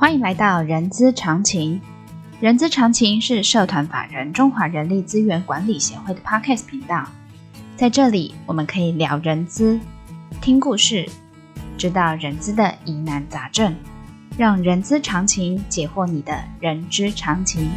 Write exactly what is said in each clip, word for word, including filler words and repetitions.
欢迎来到人资常情。人资常情是社团法人中华人力资源管理协会的 Podcast 频道，在这里我们可以聊人资，听故事，知道人资的疑难杂症，让人资常情解惑你的人之常情。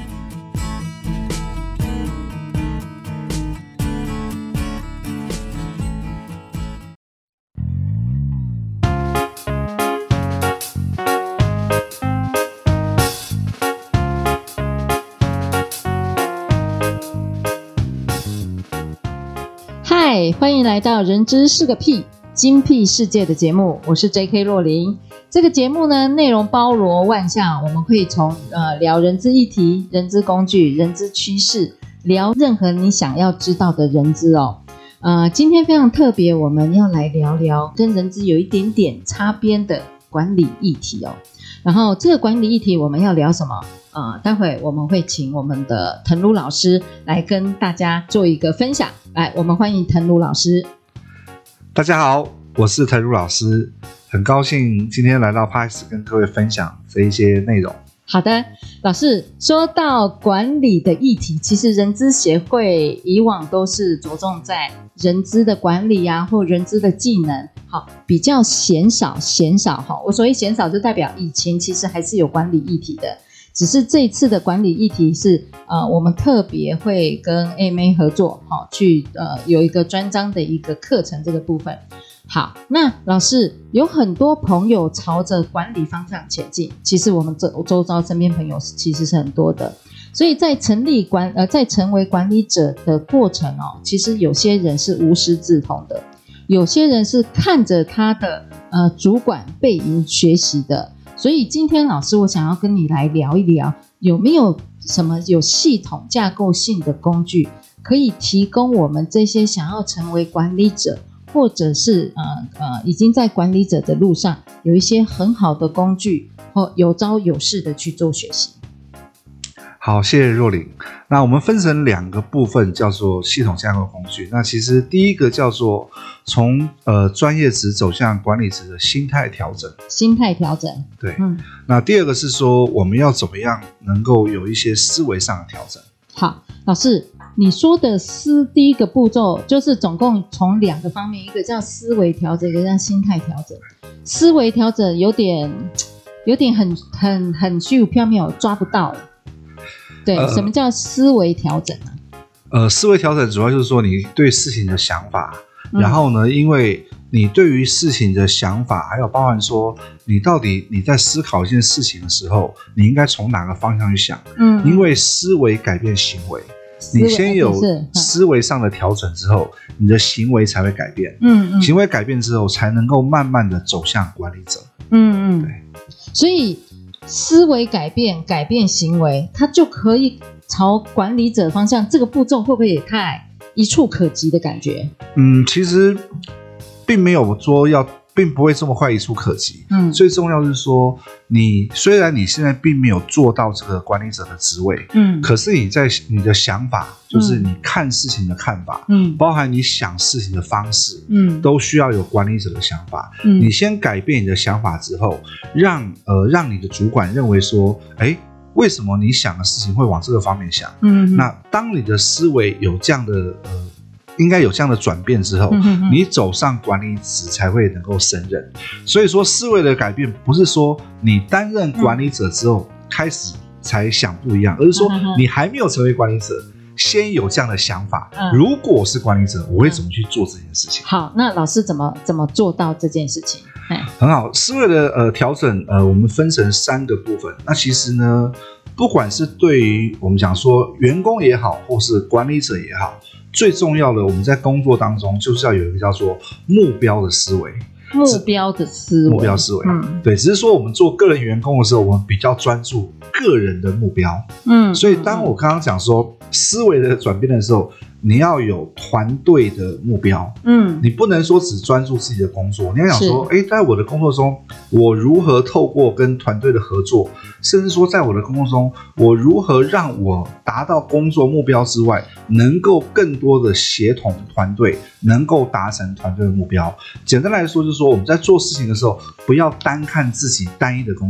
嗨，欢迎来到人资是个屁精辟世界的节目，我是 J K 若琳。这个节目呢，内容包罗万象，我们可以从呃聊人资议题、人资工具、人资趋势，聊任何你想要知道的人资哦。呃，今天非常特别，我们要来聊聊跟人资有一点点擦边的管理议题哦。然后这个管理议题我们要聊什么？呃，待会我们会请我们的腾儒老师来跟大家做一个分享。来，我们欢迎腾儒老师。 大家好，我是腾儒老师，很高兴今天来到 Podcast 跟各位分享这一些内容。 好的，老师，说到管理的议题，其实人资协会以往都是着重在人资的管理啊，或人资的技能，好，比较鲜少鲜少哈。我所谓鲜少，就代表以前其实还是有管理议题的，只是这一次的管理议题是呃，我们特别会跟 A M A 合作，好，去呃有一个专章的一个课程这个部分。好，那老师，有很多朋友朝着管理方向前进，其实我们这周遭身边朋友其实是很多的，所以在成立管呃在成为管理者的过程哦，其实有些人是无师自通的，有些人是看着他的呃主管背影学习的。所以今天老师，我想要跟你来聊一聊，有没有什么有系统架构性的工具，可以提供我们这些想要成为管理者，或者是呃呃已经在管理者的路上，有一些很好的工具，或有招有式的去做学习。 好，谢谢若琳。那我们分成两个部分，叫做系统架构工具。那其实第一个叫做从呃专业职走向管理职的心态调整。 心态调整， 对。 嗯。 那第二个是说我们要怎么样能够有一些思维上的调整。 好，老师，你说的思第一个步骤就是总共从两个方面，一个叫思维调整，一个叫心态调整。思维调整有点有点很很很虚无缥缈，抓不到。对、呃，什么叫思维调整呢？ 呃，思维调整主要就是说你对事情的想法，嗯、然后呢，因为你对于事情的想法，还有包含说你到底你在思考一件事情的时候，你应该从哪个方向去想？嗯，因为思维改变行为，你先有思维上的调整之后，你的行为才会改变。嗯嗯，行为改变之后，才能够慢慢的走向管理者。嗯嗯，对， 所以。思维改变，改变行为，它就可以朝管理者方向。这个步骤会不会也太一触可及的感觉？ 嗯，其实并没有说要，并不会这么快一触可及。嗯，最重要是说，你虽然你现在并没有做到这个管理者的职位，嗯，可是你在你的想法，就是你看事情的看法，嗯，包含你想事情的方式，嗯，都需要有管理者的想法。嗯，你先改变你的想法之后，让呃让你的主管认为说，哎，为什么你想的事情会往这个方面想？嗯，那当你的思维有这样的呃。应该有这样的转变之后、嗯、你走上管理职才会能够胜任。所以说思维的改变不是说你担任管理者之后开始才想不一样、嗯、而是说你还没有成为管理者先有这样的想法、嗯、如果我是管理者我会怎么去做这件事情。 好，那老师怎么怎么做到这件事情？ 很好，思维的呃调整呃我们分成三个部分。那其实呢不管是对于我们讲说员工也好或是管理者也好，最重要的我们在工作当中就是要有一个叫做目标的思维。 目标的思维， 目标思维，嗯，对，只是说我们做个人员工的时候，我们比较专注个人的目标，嗯，所以当我刚刚讲说思维的转变的时候，你要有团队的目标，嗯，你不能说只专注自己的工作，你要想说，哎，在我的工作中，我如何透过跟团队的合作，甚至说在我的工作中，我如何让我达到工作目标之外，能够更多的协同团队，能够达成团队的目标。简单来说，就是说我们在做事情的时候，不要单看自己单一的工作，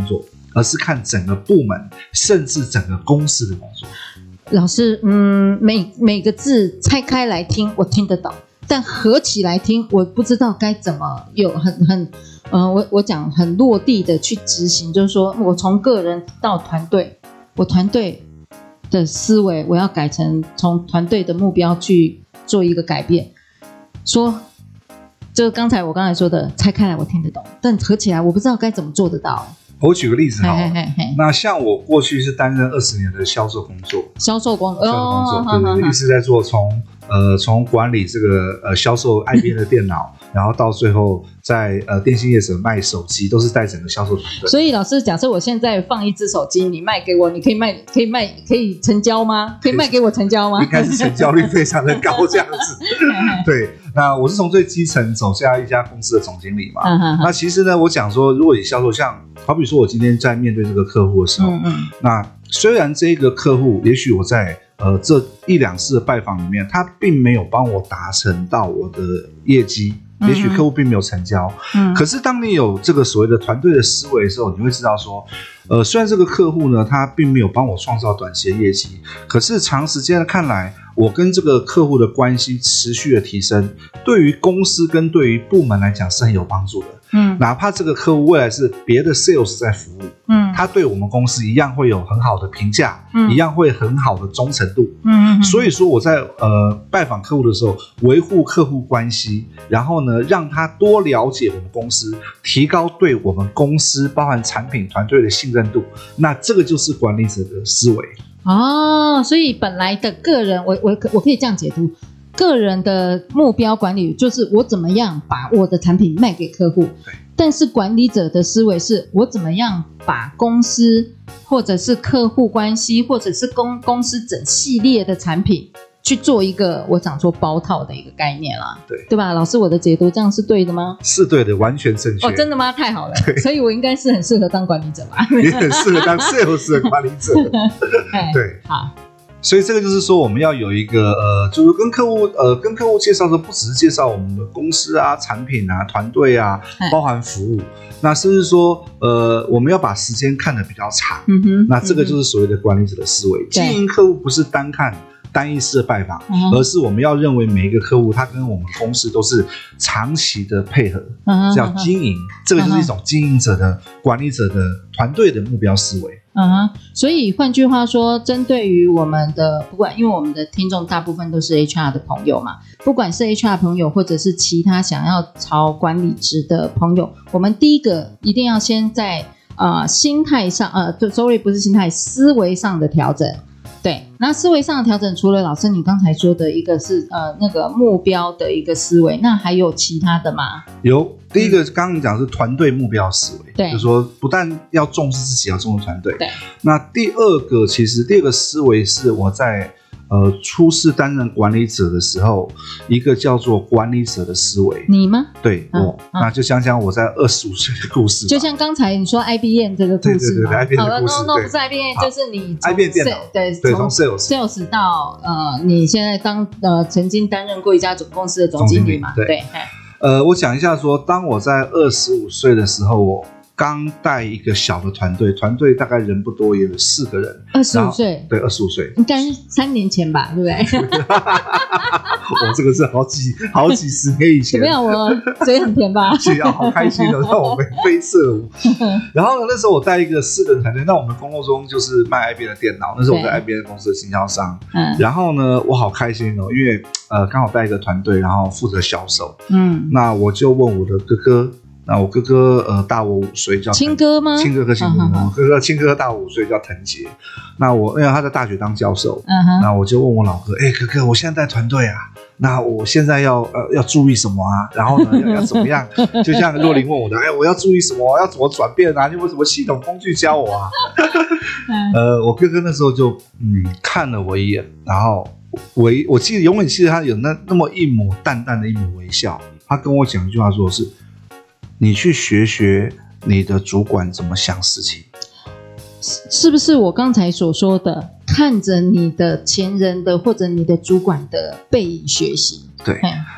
而是看整个部门甚至整个公司的工作。 老师，嗯，每每个字拆开来听我听得懂，但合起来听我不知道该怎么有很很呃，我我讲很落地的去执行，就是说我从个人到团队，我团队的思维我要改成从团队的目标去做一个改变。说就刚才我刚才说的拆开来我听得懂，但合起来我不知道该怎么做得到。 我举个例子好了， 嘿嘿嘿， 那像我过去是担任二十年的销售工作， 销售工销售工作，哦、对对对，一直在做从呃从管理这个呃销售 I B M 的电脑，然后到最后在呃电信业者卖手机，都是带整个销售团队。 所以老师，假设我现在放一只手机，你卖给我，你可以卖可以卖可以成交吗？可以卖给我成交吗？ 应该是成交率非常的高这样子。对，那我是从最基层走下一家公司的总经理嘛。嗯、那其实呢，我讲说，如果你销售像好比说我今天在面对这个客户的时候，嗯嗯，那虽然这个客户也许我在呃这一两次的拜访里面，他并没有帮我达成到我的业绩，也许客户并没有成交，嗯，可是当你有这个所谓的团队的思维的时候，你会知道说，呃，虽然这个客户呢，他并没有帮我创造短期的业绩，可是长时间的看来，我跟这个客户的关系持续的提升，对于公司跟对于部门来讲是很有帮助的。嗯，哪怕这个客户未来是别的 sales 在服务，嗯，他对我们公司一样会有很好的评价，嗯，一样会很好的忠诚度，嗯嗯。所以说我在呃拜访客户的时候，维护客户关系，然后呢让他多了解我们公司，提高对我们公司包含产品团队的信任度，那这个就是管理者的思维。 哦，所以本来的个人，我我我可以这样解读。个人的目标管理就是我怎么样把我的产品卖给客户，但是管理者的思维是我怎么样把公司或者是客户关系或者是 公, 公司整系列的产品去做一个我讲说包套的一个概念啦，对对吧？老师，我的解读这样是对的吗？ 是对的，完全正确。 哦，真的吗？太好了，所以我应该是很适合当管理者吧？ 也很适合当 sales 的管理者。对，好。所以这个就是说，我们要有一个呃，就是跟客户呃，跟客户介绍的不只是介绍我们的公司啊、产品啊、团队啊，包含服务，那甚至说呃，我们要把时间看得比较长。嗯哼，那这个就是所谓的管理者的思维。经营客户不是单看单一次的拜访，嗯、而是我们要认为每一个客户他跟我们公司都是长期的配合，嗯、叫经营。嗯、这个就是一种经营者的、管理者的团队的目标思维。 嗯哼，所以换句话说，针对于我们的不管，因为我们的听众大部分都是 H R 的朋友嘛，不管是 H R 朋友或者是其他想要朝管理职的朋友，我们第一个一定要先在呃心态上，呃，对 ，sorry 不是心态，思维上的调整。对，那思维上的调整，除了老师你刚才说的一个是呃那个目标的一个思维，那还有其他的吗？ 有，第一个刚刚讲是团队目标思维，对，就是说不但要重视自己，要重视团队。对，那第二个其实第二个思维是我在呃初次担任管理者的时候，一个叫做管理者的思维。 你吗？ 对，我、嗯、那就想想我在二十五岁的故事吧， 就像刚才你说 I B M 这个故事，对对对 ，I B M 的故事， 好了 ，no no 不是 I B M， 就是你 I B M 电脑， 对对，从 sales sales 到呃你现在当呃曾经担任过一家总公司的总经理嘛，对，对呃，我讲一下说，当我在二十五岁的时候，我刚带一个小的团队，团队大概人不多，也有四个人。 二十五岁， 对，二十五岁， 应该是三年前吧，对不对？ 我这个是好几好几十年以前。 怎么样？我嘴很甜吧？ 是啊，好开心的，让我眉飞色舞。然后呢，那时候我带一个四个人团队，那我们工作中就是卖 I B M 的电脑，那是我在 I B M 公司的经销商。嗯。然后呢，我好开心哦，因为呃刚好带一个团队，然后负责销售。嗯。那我就问我的哥哥。那我哥哥呃大我五岁，叫亲哥吗？ 亲哥哥，亲哥哥，我哥哥亲哥哥大我五岁，叫腾杰。那我因为他在大学当教授，嗯哼，那我就问我老哥，哎、欸，哥哥，我现在带团队啊，那我现在要呃要注意什么啊？然后呢要要怎么样？就像若琳问我的，哎、欸，我要注意什么？要怎么转变啊？你有没有什么系统工具教我啊？呃，我哥哥那时候就嗯看了我一眼，然后微我记得永远记得他有那那么一抹淡淡的一抹微笑，他跟我讲一句话说是。你去学学你的主管怎么想事情， 是不是我刚才所说的，看着你的前人的或者你的主管的背影学习？ 对，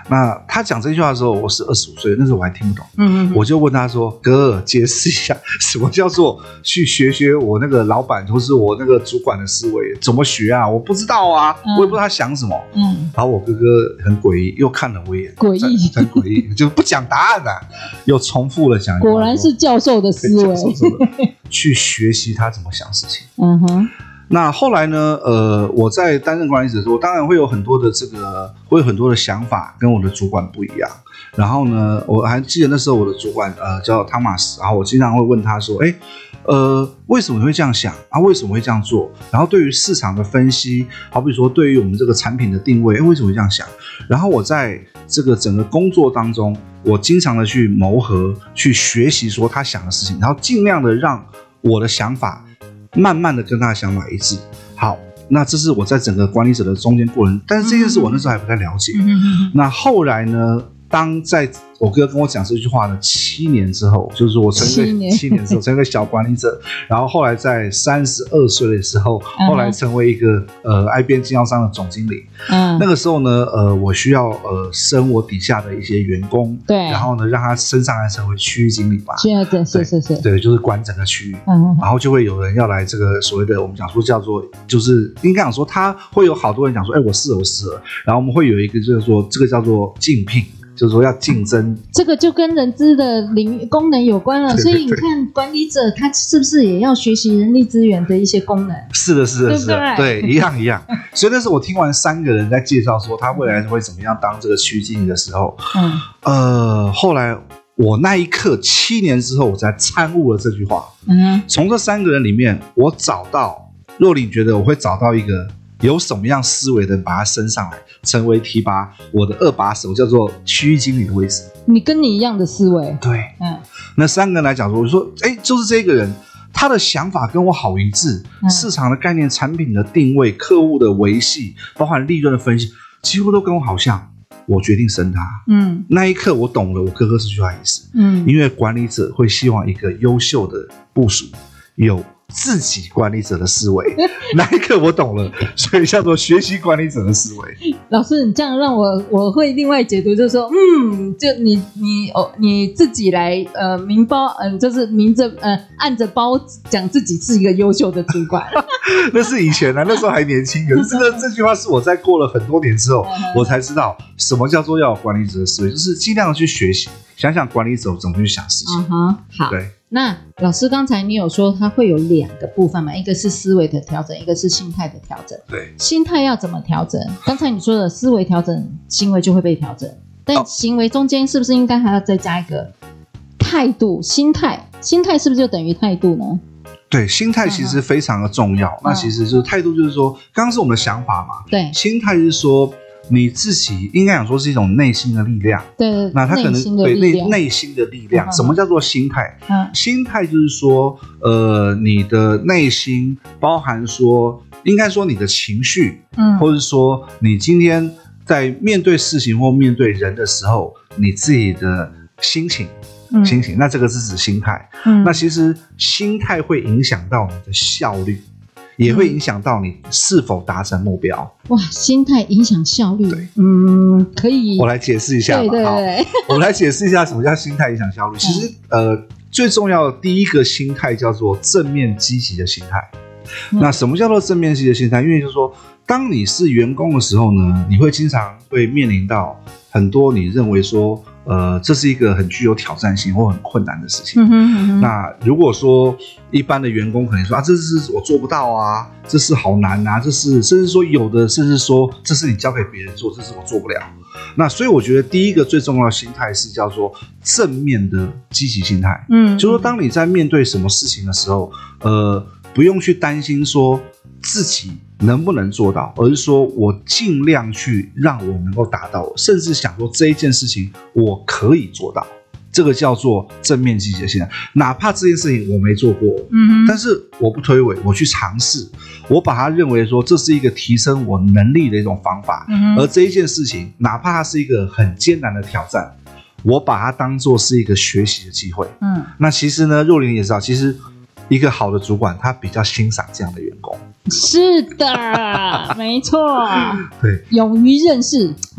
那他讲这句话的时候，我是二十五岁，那时候我还听不懂。 嗯嗯， 我就问他说：“哥，解释一下，什么叫做去学学我那个老板或是我那个主管的思维？怎么学啊？我不知道啊，嗯、我也不知道他想什么。”嗯，然后我哥哥很诡异，又看了我一眼， 诡异， 很诡异，就不讲答案啊，又重复了讲。 果然是教授的思维， 去学习他怎么想事情。 嗯哼。 那后来呢？呃，我在担任管理者的时候，当然会有很多的这个，会有很多的想法跟我的主管不一样。然后呢，我还记得那时候我的主管呃叫汤马斯，然后我经常会问他说：“哎，呃，为什么你会这样想啊？为什么会这样做？然后对于市场的分析，好比说对于我们这个产品的定位，为什么会这样想？然后我在这个整个工作当中，我经常的去谋合，去学习说他想的事情，然后尽量的让我的想法。”慢慢的跟他的想法一致。好，那这是我在整个管理者的中间过程，但是这件事我那时候还不太了解。嗯、那后来呢，当在我哥跟我讲这句话的七年之后，就是我成为七年之后成为小管理者，然后后来在三十二岁的时候，后来成为一个呃 I B M 经销商的总经理。嗯，那个时候呢，呃，我需要呃升我底下的一些员工，对，然后呢让他升上来成为区域经理嘛。 对，是是是， 对，就是管整个区域。嗯，然后就会有人要来这个所谓的我们讲说叫做，就是应该讲说他会有好多人讲说，哎，我适合，我适合。然后我们会有一个就是说这个叫做竞聘。就是说要竞争， 这个就跟人资的领功能有关了。所以你看，管理者他是不是也要学习人力资源的一些功能？ 是的，是的，是的，对，一样一样。所以那时候我听完三个人在介绍说他未来会怎么样当这个区经理的时候，嗯，呃，后来我那一刻七年之后，我才参悟了这句话。嗯，从这三个人里面，我找到若琳觉得我会找到一个。有什么样思维的人把他升上来，成为提拔我的二把手，叫做区域经理的位置。 你跟你一样的思维， 对，嗯，那三个人来讲说，我就说，哎，就是这个人，他的想法跟我好一致，嗯、市场的概念、产品的定位、客户的维系，包含利润的分析，几乎都跟我好像。我决定升他，嗯，那一刻我懂了我哥哥这句话意思，嗯，因为管理者会希望一个优秀的部属有。自己管理者的思维，那一刻我懂了，所以叫做学习管理者的思维。 老师，你这样让我我会另外解读，就是说，嗯，就你你哦你自己来呃明包，嗯、呃，就是明着呃按着包讲自己是一个优秀的主管。 那是以前啊，那时候还年轻，可是这这句话是我在过了很多年之后，我才知道什么叫做要有管理者的思维，就是尽量去学习，想想管理者怎么去想事情。 嗯哼，好，对。那老师刚才你有说它会有两个部分嘛，一个是思维的调整，一个是心态的调整。 对， 心态要怎么调整？刚才你说的思维调整，行为就会被调整，但行为中间是不是应该还要再加一个态度？心态，心态是不是就等于态度呢？ 对，心态其实非常的重要。嗯、那其实就是态度，就是说，刚刚是我们的想法嘛。 对， 心态是说。你自己应该讲说是一种内心的力量， 对， 那他可能对内内心的力量。什么叫做心态？嗯，心态就是说，呃，你的内心包含说，应该说你的情绪，嗯，或者说你今天在面对事情或面对人的时候，你自己的心情。嗯、心情，那这个是指心态。嗯，那其实心态会影响到你的效率。也会影响到你是否达成目标。 哇，心态影响效率。对，嗯，可以。 我来解释一下吧。 对对对， 我们来解释一下什么叫心态影响效率。其实，呃，最重要的第一个心态叫做正面积极的心态。嗯、那什么叫做正面积极的心态？因为就是说，当你是员工的时候呢，你会经常会面临到很多你认为说。呃，这是一个很具有挑战性或很困难的事情。嗯哼嗯哼，那如果说一般的员工可能说啊，这是我做不到啊，这是好难啊，这是甚至说有的甚至说这是你交给别人做，这是我做不了。那所以我觉得第一个最重要的心态是叫做正面的积极心态。嗯，就是说当你在面对什么事情的时候，呃，不用去担心说自己能不能做到，而是说我尽量去让我能够达到，甚至想说这一件事情我可以做到，这个叫做正面积极的心态。哪怕这件事情我没做过，嗯，但是我不推诿，我去尝试，我把它认为说这是一个提升我能力的一种方法。嗯，而这一件事情，哪怕它是一个很艰难的挑战，我把它当作是一个学习的机会。嗯，那其实呢，若琳也知道，其实一个好的主管，他比较欣赏这样的员工。 是的，没错。 对， 勇于认识。 对，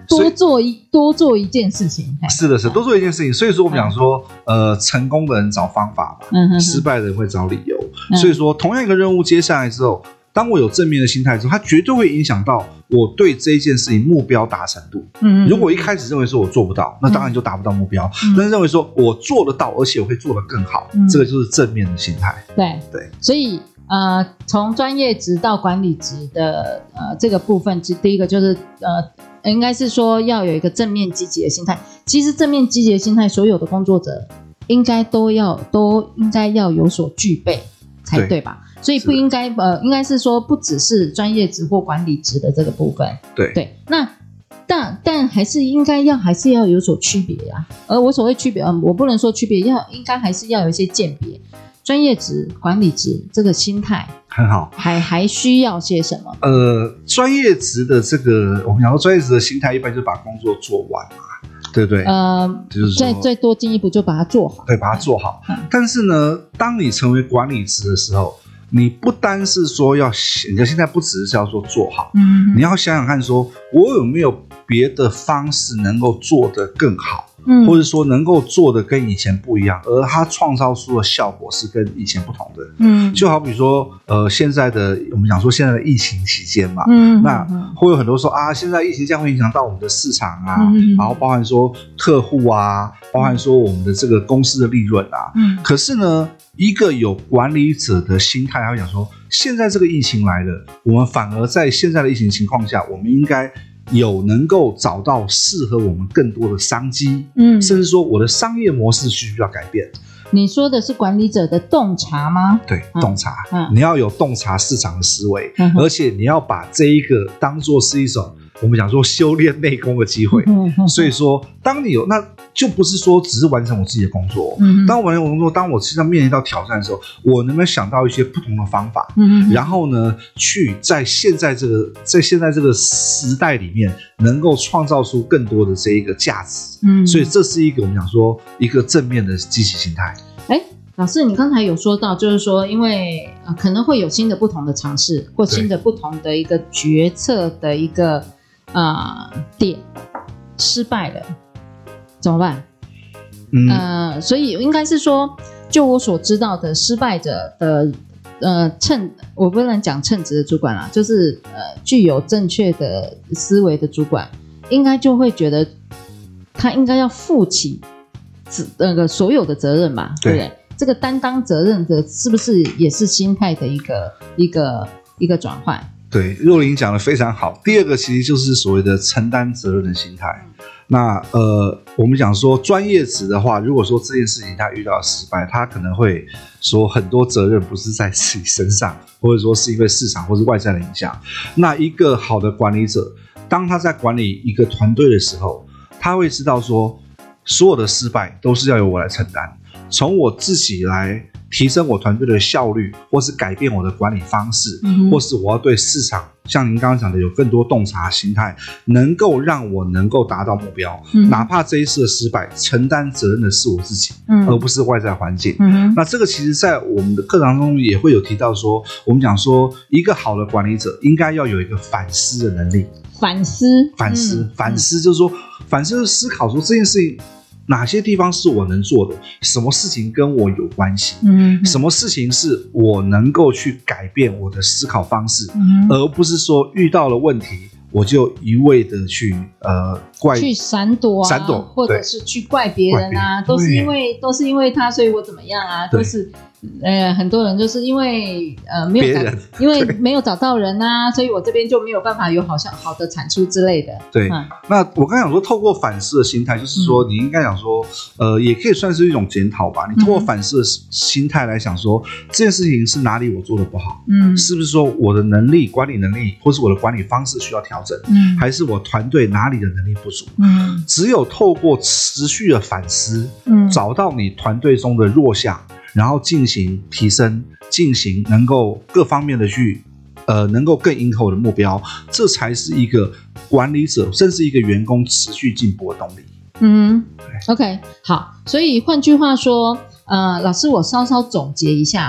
多做一多做一件事情。 是的，是多做一件事情。所以说我们讲说，嗯、呃，成功的人找方法嘛，嗯、哼哼失败的人会找理由。嗯、所以说，同样一个任务接下来之后，当我有正面的心态之后，它绝对会影响到我对这一件事情目标达成度。嗯，如果一开始认为说我做不到，那当然就达不到目标。嗯、但是认为说我做得到，而且我会做得更好，嗯、这个就是正面的心态。 对对，所以呃，从专业职到管理职的呃这个部分，第一个就是呃，应该是说要有一个正面积极的心态。其实正面积极的心态，所有的工作者应该都要都应该要有所具备才 对, 对吧？所以不应该呃，应该是说不只是专业职或管理职的这个部分。 对对，那但但还是应该要还是要有所区别啊。而我所谓区别，嗯，我不能说区别，要应该还是要有一些鉴别。专业职、管理职这个心态很好， 还还需要些什么？ 呃，专业职的这个，我们讲说专业职的心态，一般就是把工作做完嘛。对不对？呃，就是再再多进一步就把它做好， 对，把它做好。嗯、但是呢，当你成为管理职的时候，你不单是说要，你的心态不只是要说做好，嗯，你要想想看说，说我有没有别的方式能够做得更好。嗯，或者说能够做的跟以前不一样，而它创造出的效果是跟以前不同的。嗯，就好比说，呃，现在的我们讲说现在的疫情期间嘛，嗯，那会有很多说啊，现在疫情这样会影响到我们的市场啊，嗯、然后包含说客户啊，包含说我们的这个公司的利润啊。嗯，可是呢，一个有管理者的心态，他会讲说，现在这个疫情来了，我们反而在现在的疫情情况下，我们应该有能够找到适合我们更多的商机，嗯，甚至说我的商业模式需要改变。 你说的是管理者的洞察吗？ 对，洞察，嗯、你要有洞察市场的思维，嗯、而且你要把这一个当作是一种我们讲说修炼内功的机会。嗯、所以说，当你有那就不是说只是完成我自己的工作，嗯、当我完成我的工作，当我实际上面临到挑战的时候，我能不能想到一些不同的方法？嗯、然后呢，去在现在这个在现在这个时代里面，能够创造出更多的这一个价值。嗯，所以这是一个我们讲说一个正面的积极心态。 哎，老师，你刚才有说到，就是说，因为、呃、可能会有新的不同的尝试，或新的不同的一个决策的一个呃点失败了，怎么办？嗯，呃，所以应该是说，就我所知道的，失败者的呃称，我不能讲称职的主管啦，就是呃具有正确的思维的主管，应该就会觉得他应该要负起那个所有的责任吧， 对, 对不对？这个担当责任的，是不是也是心态的一个一个一个转换？ 对，若琳讲的非常好。第二个其实就是所谓的承担责任的心态。那呃，我们讲说专业职的话，如果说这件事情他遇到失败，他可能会说很多责任不是在自己身上，或者说是因为市场或是外在的影响。那一个好的管理者，当他在管理一个团队的时候，他会知道说，所有的失败都是要由我来承担，从我自己来提升我团队的效率，或是改变我的管理方式，嗯、或是我要对市场，像您刚刚讲的有更多洞察心态，能够让我能够达到目标。嗯、哪怕这一次的失败，承担责任的是我自己，嗯、而不是外在环境。嗯、那这个其实在我们的课堂中也会有提到说，我们讲说一个好的管理者应该要有一个反思的能力。 反思， 反思，嗯、反思就是说，反思就是思考说这件事情。哪些地方是我能做的？什么事情跟我有关系？嗯，什么事情是我能够去改变我的思考方式，嗯、而不是说遇到了问题我就一味的去呃怪去闪躲啊， 闪躲， 或者是去怪别人啊，都是因为都是因为他，所以我怎么样啊？都是呃很多人就是因为呃没有找因为没有找到人啊，所以我这边就没有办法有好像好的产出之类的。 对，嗯、那我刚才讲说，透过反思的心态，就是说、嗯、你应该讲说，呃，也可以算是一种检讨吧。你透过反思的心态来想说，嗯、这件事情是哪里我做的不好？嗯，是不是说我的能力、管理能力，或是我的管理方式需要调整？嗯，还是我团队哪里的能力不足？嗯，只有透过持续的反思，嗯，找到你团队中的弱项。然后进行提升，进行能够各方面的去，呃，能够更迎合我的目标，这才是一个管理者甚至一个员工持续进步的动力。 嗯 ，OK， 好，所以换句话说，呃，老师我稍稍总结一下哈，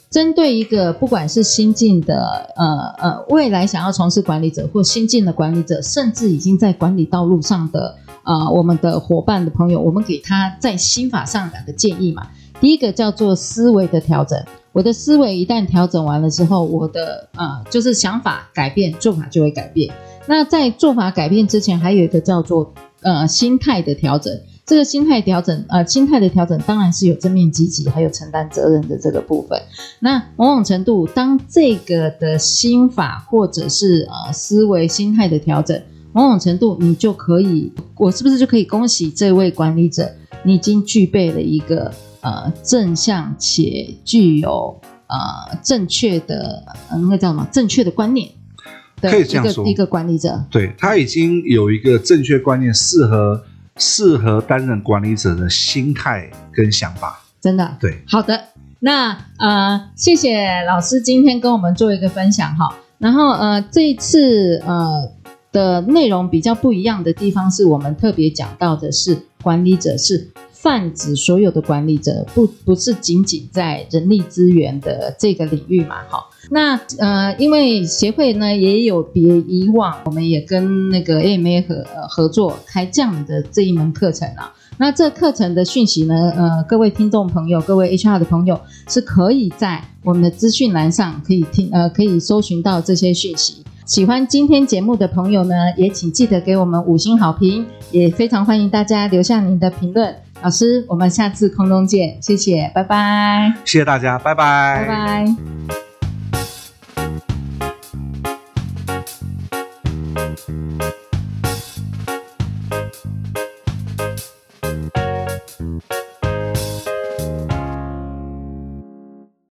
针对一个不管是新进的呃呃未来想要从事管理者，或新进的管理者，甚至已经在管理道路上的呃我们的伙伴的朋友，我们给他在心法上两个建议嘛。第一个叫做思维的调整，我的思维一旦调整完了之后，我的呃就是想法改变，做法就会改变。那在做法改变之前，还有一个叫做呃心态的调整。这个心态调整呃心态的调整当然是有正面积极还有承担责任的这个部分。那某种程度当这个的心法或者是呃思维心态的调整，某种程度你就可以，我是不是就可以恭喜这位管理者，你已经具备了一个呃正向且具有呃正确的呃那个叫什么正确的观念的可以这样说一个一个管理者。 对，他已经有一个正确观念，适合适合担任管理者的心态跟想法。 真的对， 好的。那呃谢谢老师今天跟我们做一个分享哈。然后呃这一次呃的内容比较不一样的地方是，我们特别讲到的是管理者是泛指所有的管理者，不不是仅仅在人力资源的这个领域嘛。好，那呃，因为协会呢也有别以往，我们也跟那个 A M A 合、呃、合作开这样的这一门课程啊。那这课程的讯息呢，呃，各位听众朋友，各位 H R 的朋友是可以在我们的资讯栏上可以听呃可以搜寻到这些讯息。喜欢今天节目的朋友呢，也请记得给我们五星好评，也非常欢迎大家留下您的评论。老师，我们下次空中见，谢谢，拜拜。 谢谢大家，拜拜， 拜拜。